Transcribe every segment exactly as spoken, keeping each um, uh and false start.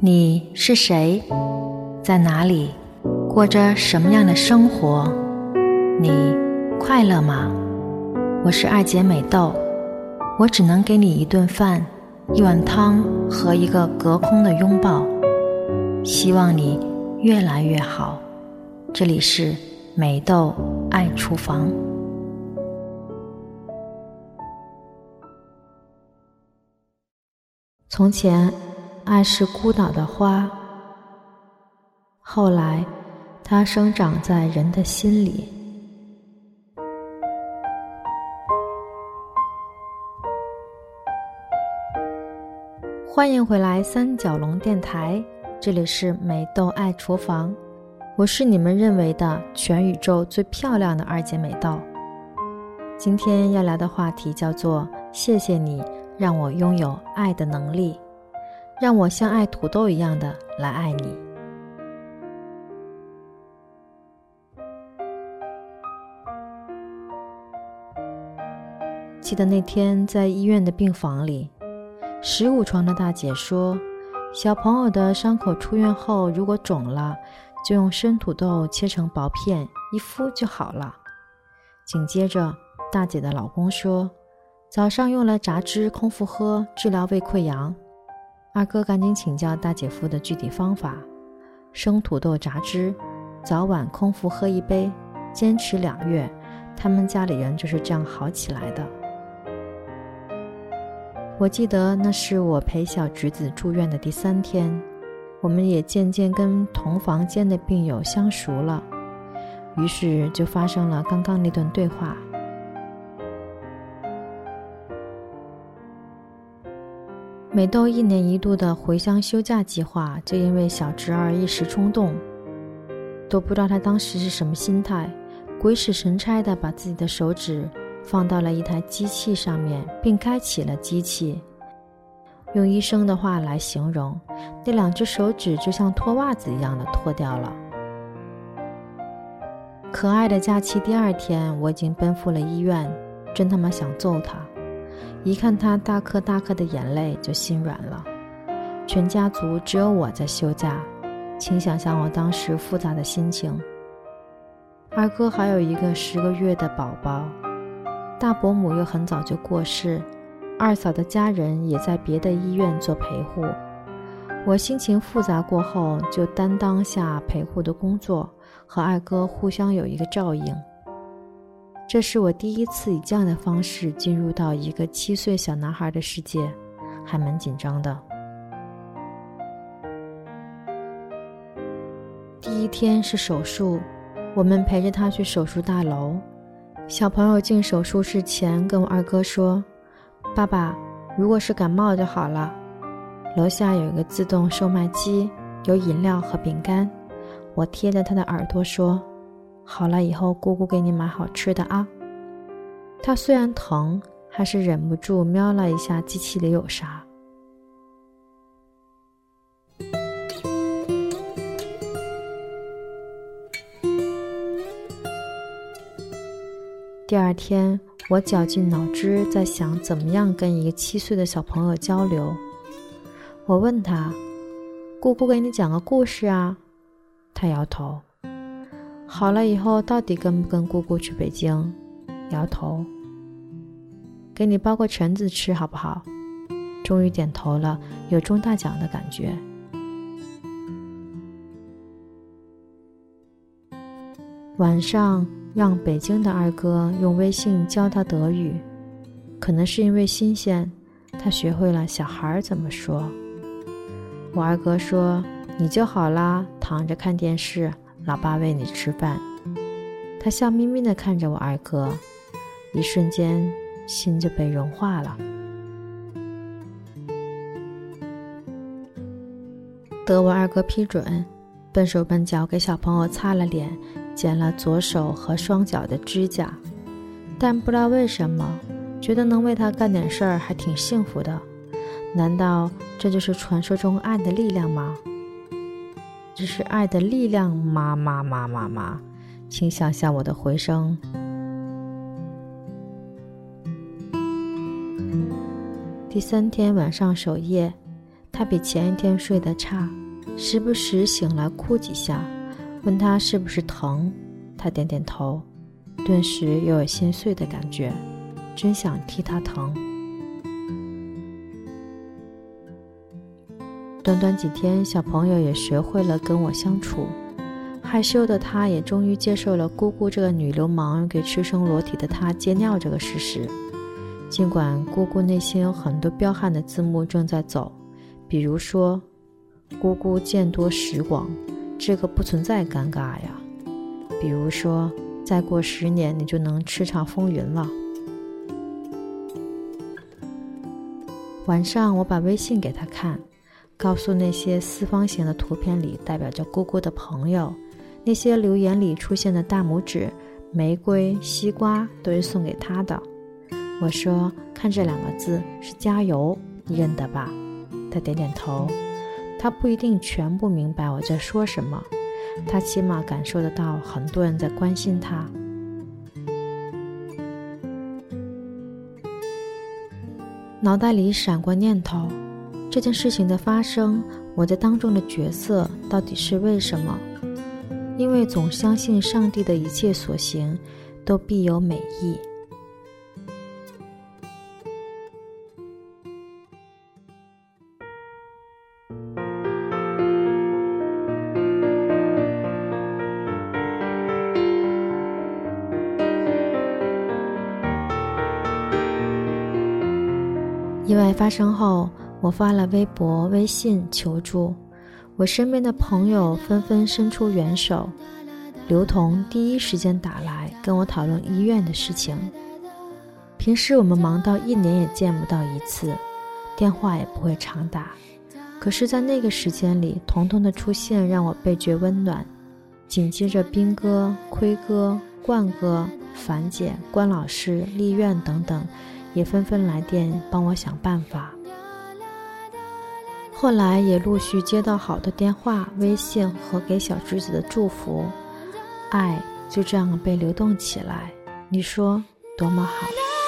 你是谁？在哪里？过着什么样的生活？你快乐吗？我是二姐美豆，我只能给你一顿饭、一碗汤和一个隔空的拥抱。希望你越来越好。这里是美豆爱厨房。从前，爱是孤岛的花，后来它生长在人的心里。欢迎回来三角龙电台，这里是美豆爱厨房，我是你们认为的全宇宙最漂亮的二姐美豆。今天要聊的话题叫做谢谢你让我拥有爱的能力，让我像爱土豆一样的来爱你。记得那天在医院的病房里，十五床的大姐说，小朋友的伤口出院后如果肿了，就用生土豆切成薄片一敷就好了。紧接着大姐的老公说，早上用了榨汁空腹喝治疗胃溃疡。二哥赶紧请教大姐夫的具体方法，生土豆榨汁，早晚空腹喝一杯，坚持两月，他们家里人就是这样好起来的。我记得那是我陪小侄子住院的第三天，我们也渐渐跟同房间的病友相熟了，于是就发生了刚刚那段对话。美豆一年一度的回乡休假计划就因为小侄儿一时冲动，都不知道他当时是什么心态，鬼使神差地把自己的手指放到了一台机器上面，并开启了机器。用医生的话来形容，那两只手指就像脱袜子一样的脱掉了。可爱的假期第二天，我已经奔赴了医院，真他妈想揍他。一看他大颗大颗的眼泪就心软了。全家族只有我在休假，请想象我当时复杂的心情。二哥还有一个十个月的宝宝，大伯母又很早就过世，二嫂的家人也在别的医院做陪护。我心情复杂过后，就担当下陪护的工作，和二哥互相有一个照应。这是我第一次以这样的方式进入到一个七岁小男孩的世界，还蛮紧张的。第一天是手术，我们陪着他去手术大楼。小朋友进手术室前跟我二哥说，爸爸，如果是感冒就好了。楼下有一个自动售卖机，有饮料和饼干。我贴着他的耳朵说，好了以后姑姑给你买好吃的啊。他虽然疼，还是忍不住瞄了一下机器里有啥。第二天，我绞尽脑汁在想怎么样跟一个七岁的小朋友交流。我问他，姑姑给你讲个故事啊？他摇头。好了以后到底跟不跟姑姑去北京？摇头。给你包个橙子吃好不好？终于点头了，有中大奖的感觉。晚上让北京的二哥用微信教他德语，可能是因为新鲜，他学会了小孩怎么说。我二哥说，你就好啦，躺着看电视，老爸喂你吃饭。他笑眯眯地看着我二哥，一瞬间心就被融化了。得我二哥批准，笨手笨脚给小朋友擦了脸，剪了左手和双脚的指甲，但不知道为什么觉得能为他干点事儿还挺幸福的。难道这就是传说中爱的力量吗？这是爱的力量吗？吗吗吗吗？请想象我的回声。第三天晚上守夜， 他比前一天睡得差，时不时醒来哭几下，问他是不是疼，他点点头，顿时又有心碎的感觉，真想替他疼。短短几天，小朋友也学会了跟我相处，害羞的他也终于接受了姑姑这个女流氓给赤身裸体的他接尿这个事实。尽管姑姑内心有很多彪悍的字幕正在走，比如说姑姑见多识广，这个不存在尴尬呀，比如说再过十年你就能叱咤风云了。晚上我把微信给他看，告诉那些四方形的图片里代表着姑姑的朋友，那些留言里出现的大拇指、玫瑰、西瓜都是送给他的。我说，看这两个字是加油，你认得吧？他点点头。他不一定全部明白我在说什么，他起码感受得到很多人在关心他。脑袋里闪过念头，这件事情的发生，我在当中的角色到底是为什么？因为总相信上帝的一切所行都必有美意。意外发生后，我发了微博、微信求助，我身边的朋友纷纷伸出援手，刘同第一时间打来跟我讨论医院的事情。平时我们忙到一年也见不到一次，电话也不会常打，可是在那个时间里，彤彤的出现让我倍觉温暖。紧接着斌哥、奎哥、冠哥、樊姐、关老师、丽苑等等也纷纷来电帮我想办法。后来也陆续接到好的电话、微信和给小侄子的祝福，爱就这样被流动起来，你说多么好。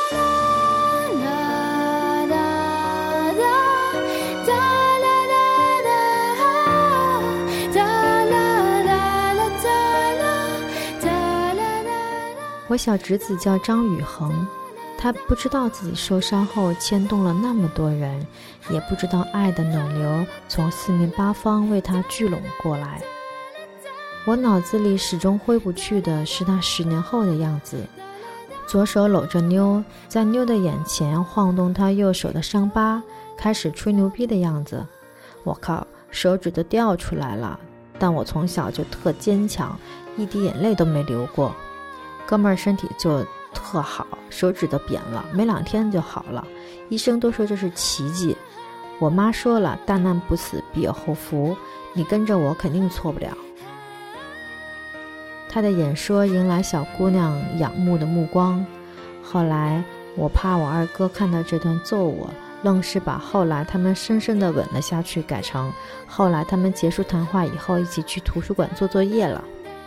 我小侄子叫张宇恒，他不知道自己受伤后牵动了那么多人，也不知道爱的暖流从四面八方为他聚拢过来。我脑子里始终挥不去的是他十年后的样子，左手搂着妞，在妞的眼前晃动他右手的伤疤，开始吹牛逼的样子。我靠，手指都掉出来了，但我从小就特坚强，一滴眼泪都没流过。哥们儿身体就特好，手指都扁了，没两天就好了，医生都说这是奇迹。我妈说了，大难不死必有后福，你跟着我肯定错不了。他的演说迎来小姑娘仰慕的目光，后来我怕我二哥看到这段揍我，愣是把后来他们深深地吻了下去改成后来他们结束谈话以后一起去图书馆做作业了。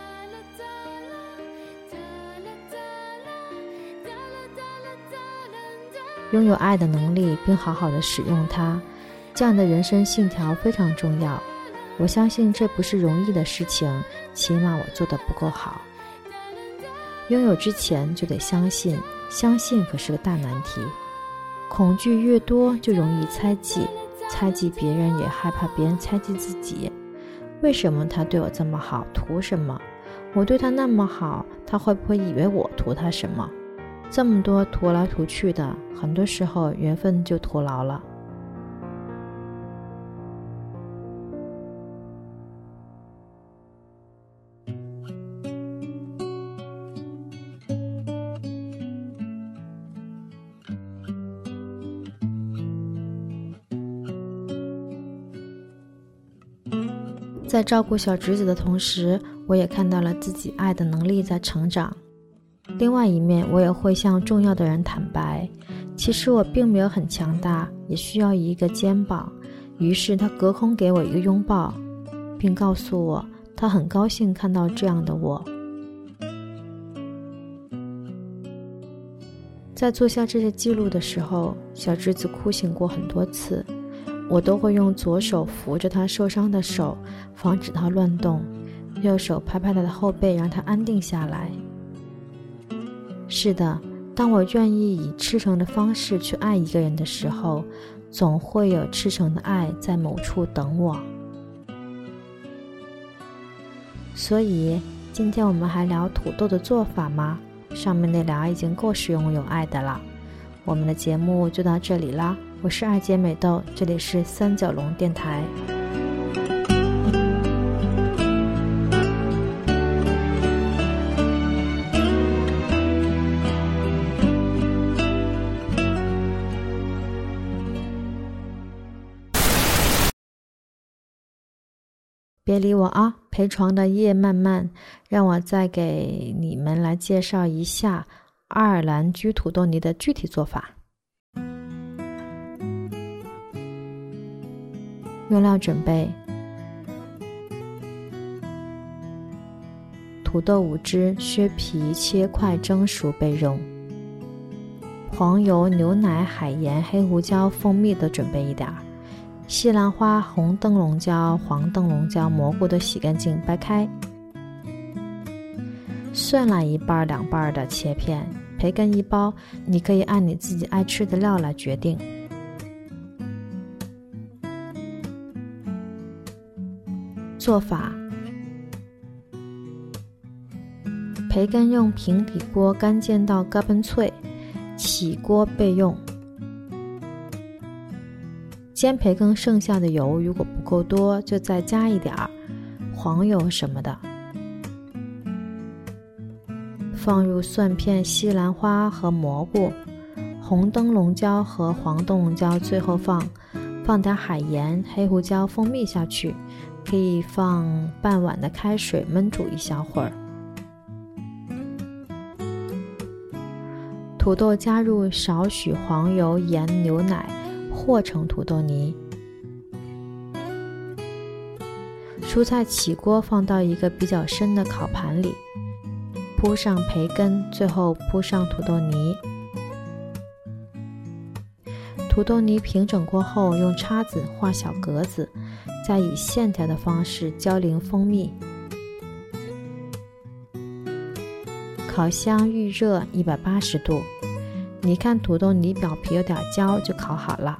拥有爱的能力并好好的使用它，这样的人生信条非常重要。我相信这不是容易的事情，起码我做得不够好。拥有之前就得相信，相信可是个大难题。恐惧越多就容易猜忌，猜忌别人也害怕别人猜忌自己。为什么他对我这么好，图什么？我对他那么好，他会不会以为我图他什么？这么多图来图去的，很多时候缘分就徒劳了。在照顾小侄子的同时，我也看到了自己爱的能力在成长。另外一面，我也会向重要的人坦白，其实我并没有很强大，也需要一个肩膀。于是他隔空给我一个拥抱，并告诉我他很高兴看到这样的我。在做下这些记录的时候，小侄子哭醒过很多次， 我都会用左手扶着他受伤的手，防止他乱动，右手拍拍他的后背，让他安定下来。是的，当我愿意以赤诚的方式去爱一个人的时候，总会有赤诚的爱在某处等我。所以今天我们还聊土豆的做法吗？上面那俩已经够实用有爱的了。我们的节目就到这里啦，我是二姐美豆，这里是三角龙电台。别理我啊，陪床的夜漫漫，让我再给你们来介绍一下爱尔兰焗土豆泥的具体做法。用料准备：土豆五只，削皮切块蒸熟备用；黄油、牛奶、海盐、黑胡椒、蜂蜜都准备一点；西兰花、红灯笼椒、黄灯笼椒、蘑菇都洗干净掰开；蒜来一半两半的切片；培根一包，你可以按你自己爱吃的料来决定。做法：培根用平底锅干煎到嘎嘣脆，起锅备用。煎培根剩下的油如果不够多，就再加一点儿黄油什么的。放入蒜片、西兰花和蘑菇，红灯笼椒和黄灯笼椒最后放，放点海盐、黑胡椒、蜂蜜下去，可以放半碗的开水焖煮一小会儿。土豆加入少许黄油、盐、牛奶，和成土豆泥。蔬菜起锅放到一个比较深的烤盘里，铺上培根，最后铺上土豆泥。土豆泥平整过后，用叉子画小格子，再以线条的方式浇淋蜂蜜。烤箱预热一百八十度，你看土豆泥表皮有点焦就烤好了。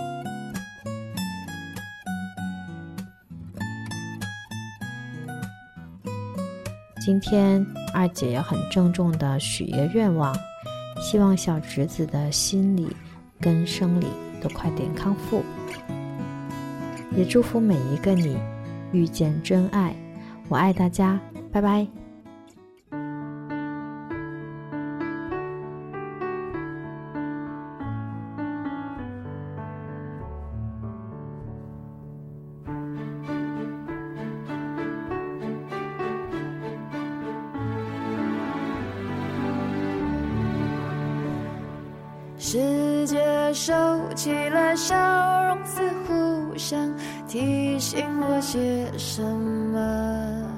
今天二姐要很郑重地许一个愿望，希望小侄子的心理跟生理都快点康复，也祝福每一个你遇见真爱。我爱大家，拜拜。 世界收起了笑容，似乎想提醒我些什么。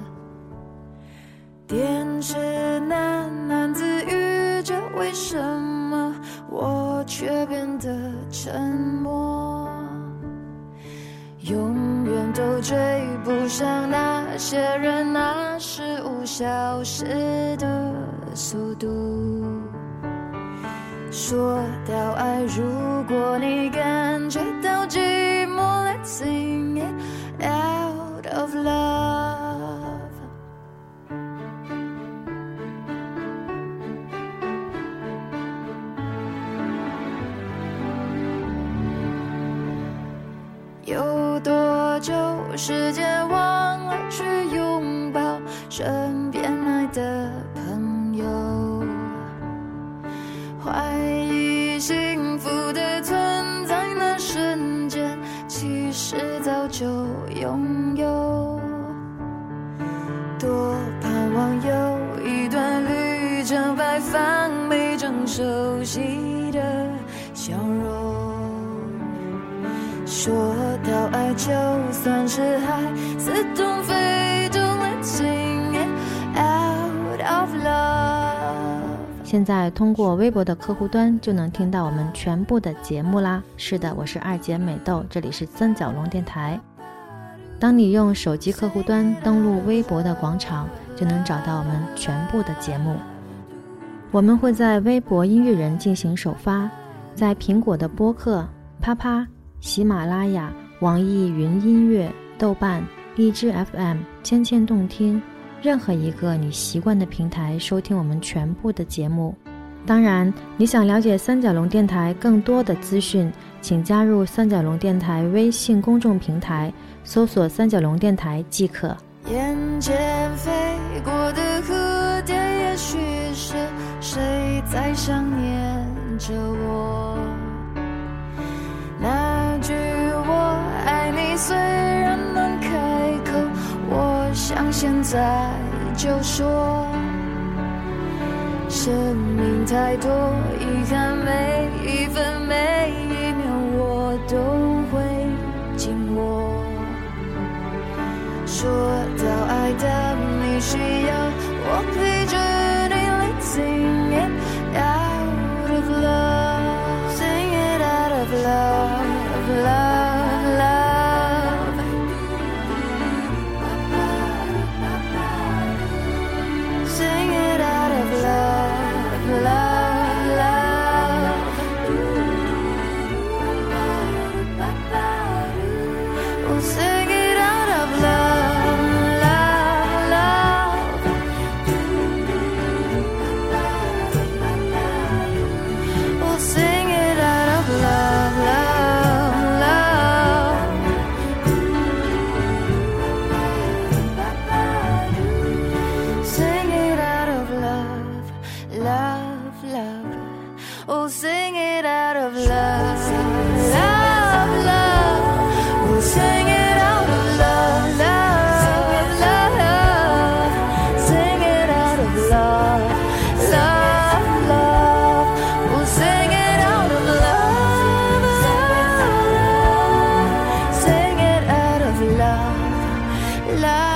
电视喃喃自语着，为什么我却变得沉默？永远都追不上那些人那事物消失的速度。说到爱，如果你感觉到寂寞 Let's sing it out of love。 有多久时间忘了去拥抱身边爱的朋友，怀疑幸福的存在那瞬间，其实早就拥有。多盼望有一段旅程，摆放每种熟悉的笑容。说到爱，就算是海似懂非懂 Let's sing it out of love。 现在通过微博的客户端就能听到我们全部的节目啦。是的，我是二姐美豆，这里是三角龙电台。当你用手机客户端登录微博的广场，就能找到我们全部的节目。我们会在微博音乐人进行首发，在苹果的播客、啪啪、喜马拉雅、网易云音乐、豆瓣、荔枝 F M、千千动听，任何一个你习惯的平台收听我们全部的节目。当然，你想了解三角龙电台更多的资讯，请加入三角龙电台微信公众平台，搜索三角龙电台即可。 眼前飞过的蝴蝶，也许是谁在想念着我。那句我爱你虽然难开口，我想现在就说。生命太多遗憾，每一分每一秒我都会紧握。说到爱的你需要我陪着你 Let's sing it out of love, sing it out of love, love, love. Sing it out of love, love, love. We'll sing it out of love, love, love. We'll sing it out of love, love, love. Sing it out of love, love, love. We'll sing it out of love, love, love. We'll sing it out of love, love, love. Sing it out of love, love, love. We'll sing it out of love, love. Sing it out of love, love.